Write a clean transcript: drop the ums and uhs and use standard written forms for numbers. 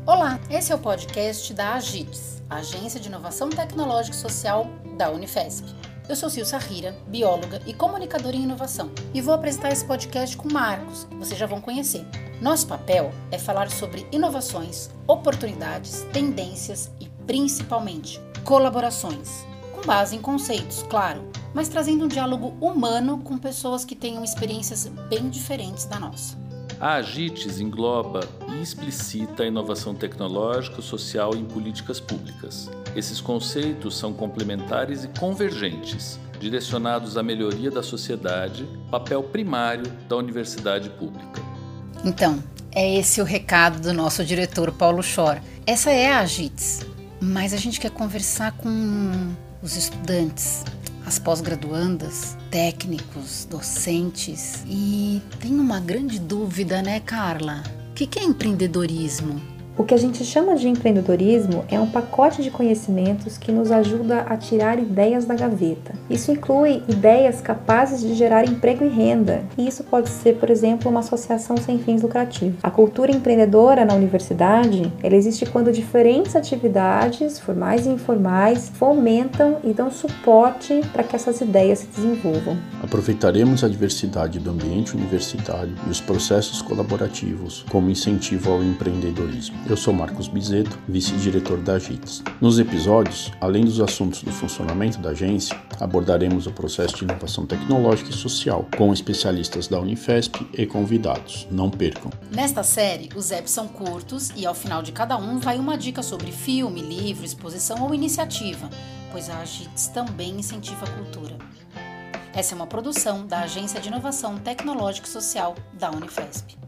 Olá, esse é o podcast da AGITS, a Agência de Inovação Tecnológica e Social da Unifesp. Eu sou Silsa Rira, bióloga e comunicadora em inovação, e vou apresentar esse podcast com Marcos, que vocês já vão conhecer. Nosso papel é falar sobre inovações, oportunidades, tendências e, principalmente, colaborações, com base em conceitos, claro, mas trazendo um diálogo humano com pessoas que tenham experiências bem diferentes da nossa. A AGITS engloba e explicita a inovação tecnológica, social e em políticas públicas. Esses conceitos são complementares e convergentes, direcionados à melhoria da sociedade, papel primário da universidade pública. Então, é esse o recado do nosso diretor Paulo Schor. Essa é a AGITS, mas a gente quer conversar com os estudantes, as pós-graduandas, técnicos, docentes. E tem uma grande dúvida, né, Carla? O que é empreendedorismo? O que a gente chama de empreendedorismo é um pacote de conhecimentos que nos ajuda a tirar ideias da gaveta. Isso inclui ideias capazes de gerar emprego e renda, e isso pode ser, por exemplo, uma associação sem fins lucrativos. A cultura empreendedora na universidade, ela existe quando diferentes atividades, formais e informais, fomentam e dão suporte para que essas ideias se desenvolvam. Aproveitaremos a diversidade do ambiente universitário e os processos colaborativos como incentivo ao empreendedorismo. Eu sou Marcos Bizeto, vice-diretor da AGITS. Nos episódios, além dos assuntos do funcionamento da agência, abordaremos o processo de inovação tecnológica e social, com especialistas da Unifesp e convidados. Não percam! Nesta série, os apps são curtos e ao final de cada um vai uma dica sobre filme, livro, exposição ou iniciativa, pois a AGITS também incentiva a cultura. Essa é uma produção da Agência de Inovação Tecnológica e Social da Unifesp.